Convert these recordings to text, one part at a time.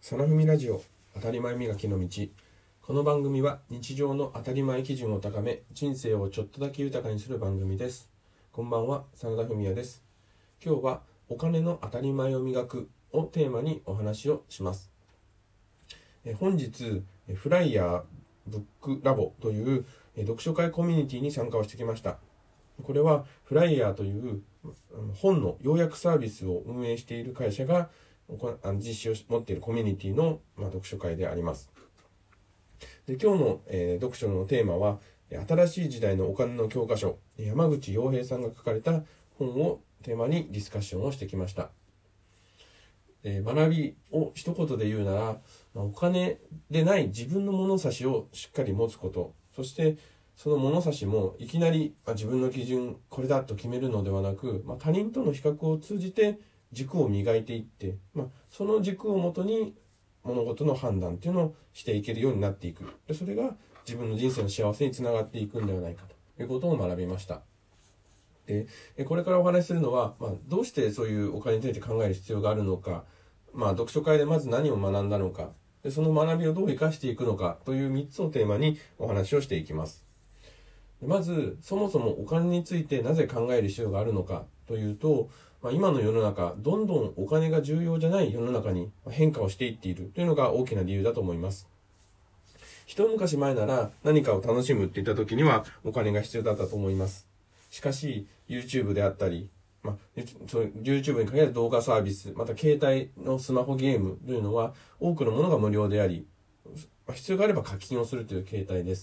さなふみラジオ当たり前磨きの道。この番組は日常の当たり前基準を高め、人生をちょっとだけ豊かにする番組です。こんばんは、真田文也です。今日はお金の当たり前を磨くをテーマにお話をします。本日フライヤーブックラボという読書会コミュニティに参加をしてきました。これはフライヤーという本の要約サービスを運営している会社が実施を持っているコミュニティの読書会であります。で、今日の読書のテーマは新しい時代のお金の教科書、山口洋平さんが書かれた本をテーマにディスカッションをしてきました。学びを一言で言うなら、お金でない自分の物差しをしっかり持つこと、そしてその物差しもいきなり自分の基準これだと決めるのではなく、他人との比較を通じて軸を磨いていって、その軸をもとに物事の判断っていうのをしていけるようになっていく。で、それが自分の人生の幸せにつながっていくんではないかということを学びました。で、これからお話しするのは、どうしてそういうお金について考える必要があるのか、読書会でまず何を学んだのか、でその学びをどう生かしていくのかという3つをテーマにお話をしていきます。でまず、そもそもお金についてなぜ考える必要があるのかというと、今の世の中、どんどんお金が重要じゃない世の中に変化をしていっているというのが大きな理由だと思います。一昔前なら何かを楽しむっていった時にはお金が必要だったと思います。しかし、YouTube であったり、YouTube に限る動画サービス、また携帯のスマホゲームというのは多くのものが無料であり、必要があれば課金をするという形態です。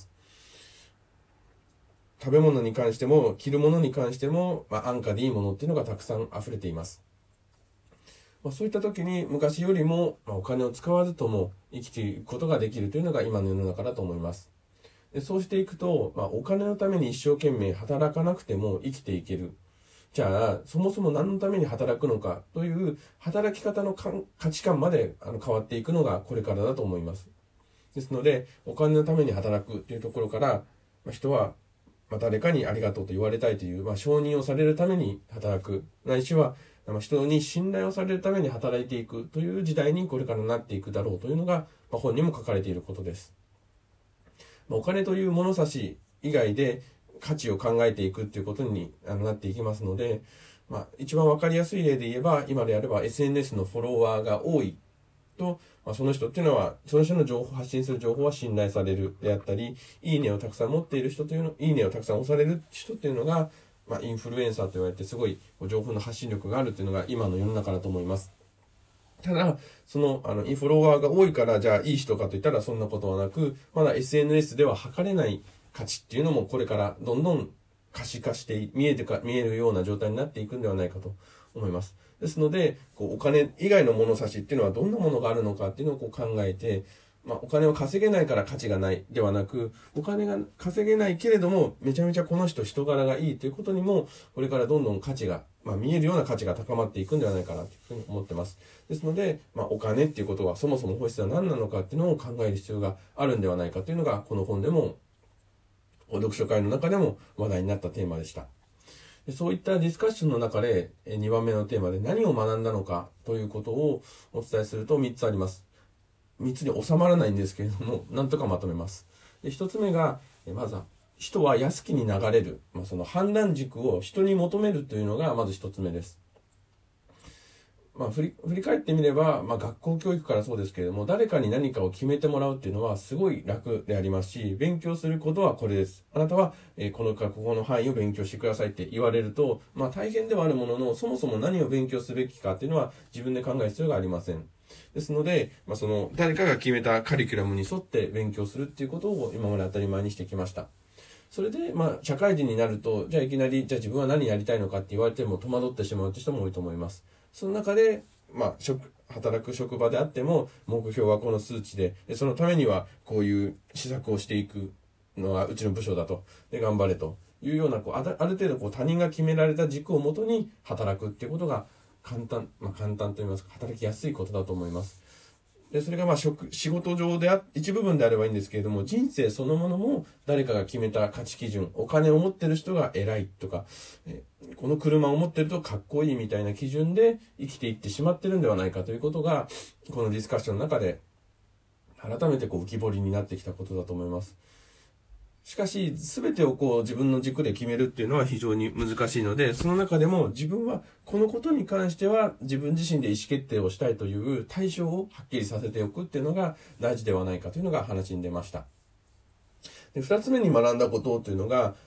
食べ物に関しても着るものに関しても、安価でいいものっていうのがたくさん溢れています。そういった時に昔よりもお金を使わずとも生きていくことができるというのが今の世の中だと思います。でそうしていくと、お金のために一生懸命働かなくても生きていける。じゃあそもそも何のために働くのかという働き方の価値観まで変わっていくのがこれからだと思います。ですので、お金のために働くというところから、人は誰かにありがとうと言われたいという、承認をされるために働く、ないしは人に信頼をされるために働いていくという時代にこれからなっていくだろうというのが、本にも書かれていることです。お金という物差し以外で価値を考えていくということになっていきますので、一番わかりやすい例で言えば、今であれば SNS のフォロワーが多いと、その人っていうのは、その人の発信する情報は信頼されるであったり、いいねをたくさん持っている人というの、いいねをたくさん押される人っていうのが、インフルエンサーと言われてすごい情報の発信力があるっていうのが今の世の中だと思います。ただ、その、フォロワーが多いから、じゃあいい人かといったらそんなことはなく、まだ SNS では測れない価値っていうのもこれからどんどん可視化して見えるような状態になっていくんではないかと思います。ですので、お金以外の物差しっていうのはどんなものがあるのかっていうのを考えて、お金を稼げないから価値がないではなく、お金が稼げないけれども、めちゃめちゃこの人人柄がいいということにも、これからどんどん価値が、見えるような価値が高まっていくんではないかなというふうに思ってます。ですので、お金っていうことはそもそも本質は何なのかっていうのを考える必要があるんではないかというのが、この本でも、読書会の中でも話題になったテーマでした。そういったディスカッションの中で2番目のテーマで何を学んだのかということをお伝えすると3つあります。3つに収まらないんですけれども、なんとかまとめます。で1つ目が、まずは人は安きに流れる、その判断軸を人に求めるというのがまず1つ目です。振り返ってみれば、学校教育からそうですけれども、誰かに何かを決めてもらうっていうのはすごい楽でありますし、勉強することはこれです。あなたは、ここの範囲を勉強してくださいって言われると、大変ではあるものの、そもそも何を勉強すべきかっていうのは自分で考える必要がありません。ですので、その誰かが決めたカリキュラムに沿って勉強するっていうことを今まで当たり前にしてきました。それで、社会人になると、じゃあいきなり、じゃあ自分は何やりたいのかって言われても戸惑ってしまうって人も多いと思います。その中で、働く職場であっても、目標はこの数値で、そのためにはこういう施策をしていくのがうちの部署だと。で、頑張れというような、ある程度他人が決められた軸をもとに働くっていうことが簡単と言いますか、働きやすいことだと思います。 で、それが仕事上で一部分であればいいんですけれども、人生そのものも誰かが決めた価値基準、お金を持ってる人が偉いとか、この車を持ってるとかっこいいみたいな基準で生きていってしまってるんではないかということが、このディスカッションの中で改めて浮き彫りになってきたことだと思います。しかし、全てを自分の軸で決めるっていうのは非常に難しいので、その中でも自分はこのことに関しては自分自身で意思決定をしたいという対象をはっきりさせておくっていうのが大事ではないかというのが話に出ました。で、二つ目に学んだことというのが、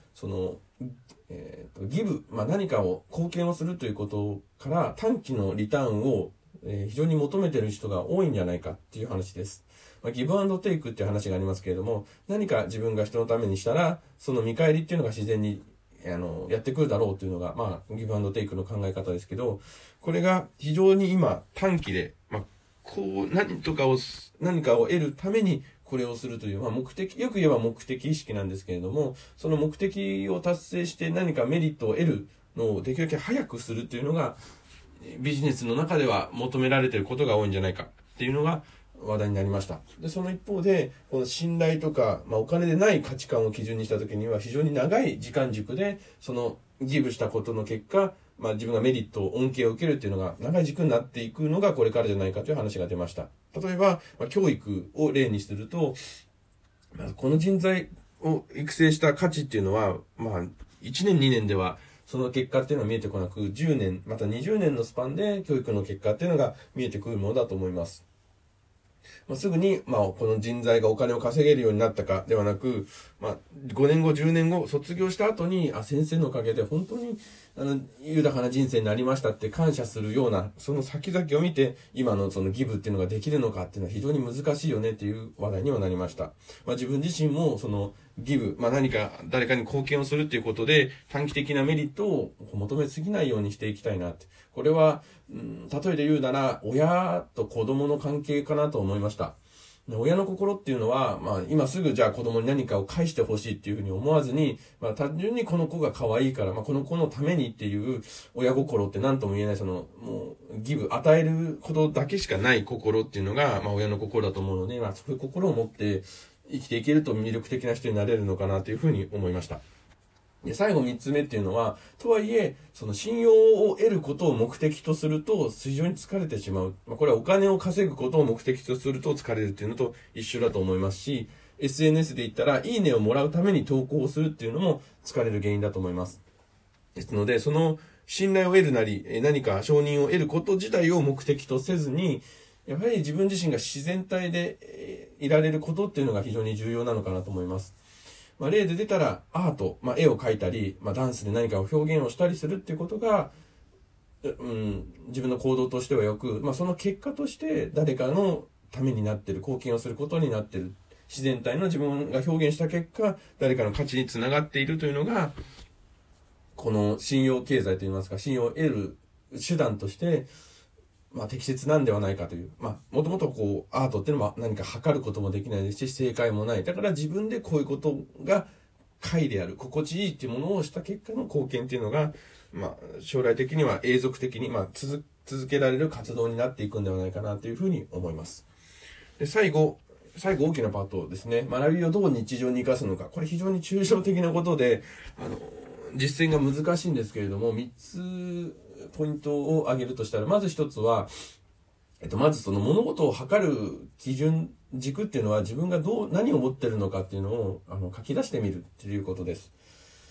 ギブ、何かを貢献をするということから短期のリターンを非常に求めている人が多いんじゃないかっていう話です。ギブアンドテイクっていう話がありますけれども、何か自分が人のためにしたら、その見返りっていうのが自然にやってくるだろうというのが、ギブアンドテイクの考え方ですけど、これが非常に今短期で、何かを得るためにこれをするという、目的、よく言えば目的意識なんですけれども、その目的を達成して何かメリットを得るのをできるだけ早くするというのが、ビジネスの中では求められていることが多いんじゃないかっていうのが話題になりました。で、その一方で、この信頼とか、お金でない価値観を基準にしたときには非常に長い時間軸で、そのギブしたことの結果、自分がメリット、恩恵を受けるっていうのが長い軸になっていくのがこれからじゃないかという話が出ました。例えば、教育を例にすると、この人材を育成した価値っていうのは、1年2年ではその結果っていうのは見えてこなく、10年、また20年のスパンで教育の結果っていうのが見えてくるものだと思います。すぐに、この人材がお金を稼げるようになったかではなく、5年後、10年後、卒業した後に、先生のおかげで本当に、豊かな人生になりましたって感謝するような、その先々を見て、今のそのギブっていうのができるのかっていうのは非常に難しいよねっていう話題にはなりました。自分自身も、そのギブ、何か誰かに貢献をするっていうことで、短期的なメリットを求めすぎないようにしていきたいなって。これは、例えで言うなら、親と子供の関係かなと思いました。親の心っていうのは、今すぐじゃあ子供に何かを返してほしいっていうふうに思わずに、単純にこの子が可愛いから、この子のためにっていう親心って何とも言えない、もう、ギブ、与えることだけしかない心っていうのが、親の心だと思うので、そういう心を持って生きていけると魅力的な人になれるのかなというふうに思いました。で、最後3つ目っていうのは、とはいえ、その信用を得ることを目的とすると非常に疲れてしまう。これはお金を稼ぐことを目的とすると疲れるっていうのと一緒だと思いますし、SNS で言ったら、いいねをもらうために投稿をするっていうのも疲れる原因だと思います。ですので、その信頼を得るなり、何か承認を得ること自体を目的とせずに、やはり自分自身が自然体でいられることっていうのが非常に重要なのかなと思います。例で出たらアート、絵を描いたり、ダンスで何かを表現をしたりするっていうことが、自分の行動としてはよく、その結果として誰かのためになっている、貢献をすることになっている、自然体の自分が表現した結果、誰かの価値につながっているというのが、この信用経済といいますか、信用を得る手段として、適切なんではないかという。もともとアートっていうのは何か測ることもできないですし、正解もない。だから自分でこういうことが快である、心地いいっていうものをした結果の貢献っていうのが、将来的には永続的に、続けられる活動になっていくんではないかなというふうに思います。で、最後大きなパートですね。学びをどう日常に生かすのか。これ非常に抽象的なことで、実践が難しいんですけれども、3つポイントを挙げるとしたら、まず一つは、まずその物事を測る基準、軸っていうのは自分が何を持ってるのかっていうのを書き出してみるっていうことです。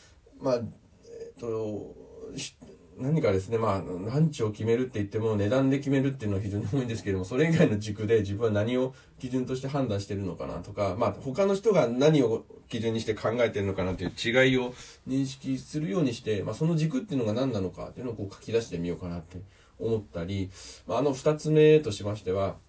何かですね、ランチを決めるって言っても値段で決めるっていうのは非常に多いんですけれども、それ以外の軸で自分は何を基準として判断してるのかなとか、他の人が何を基準にして考えてるのかなという違いを認識するようにして、その軸っていうのが何なのかっていうのを書き出してみようかなって思ったり、二つ目としましては、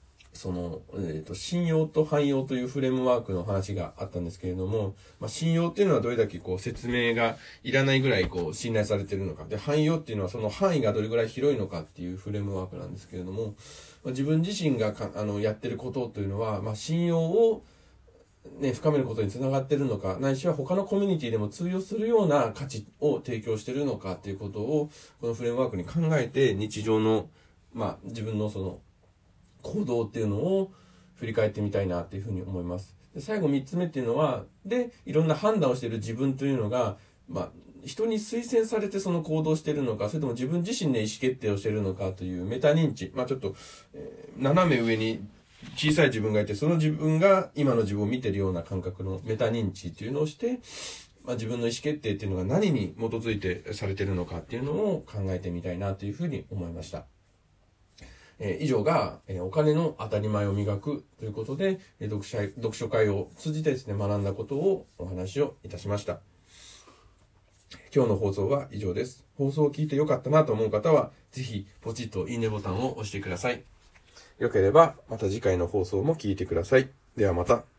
信用と汎用というフレームワークの話があったんですけれども、信用っていうのはどれだけ説明がいらないぐらい信頼されているのか。で、汎用っていうのはその範囲がどれぐらい広いのかっていうフレームワークなんですけれども、自分自身がやってることというのは、信用を深めることにつながっているのか、ないしは他のコミュニティでも通用するような価値を提供しているのかっていうことを、このフレームワークに考えて、日常の、自分の行動っていうのを振り返ってみたいなっていうふうに思います。で最後3つ目っていうのは、いろんな判断をしている自分というのが、人に推薦されてその行動しているのか、それとも自分自身で意思決定をしているのかというメタ認知。ちょっと、斜め上に小さい自分がいて、その自分が今の自分を見ているような感覚のメタ認知っていうのをして、自分の意思決定っていうのが何に基づいてされているのかっていうのを考えてみたいなというふうに思いました。以上が、お金の当たり前を磨くということで、読書会を通じてですね、学んだことをお話をいたしました。今日の放送は以上です。放送を聞いてよかったなと思う方は、ぜひポチッといいねボタンを押してください。よければまた次回の放送も聞いてください。ではまた。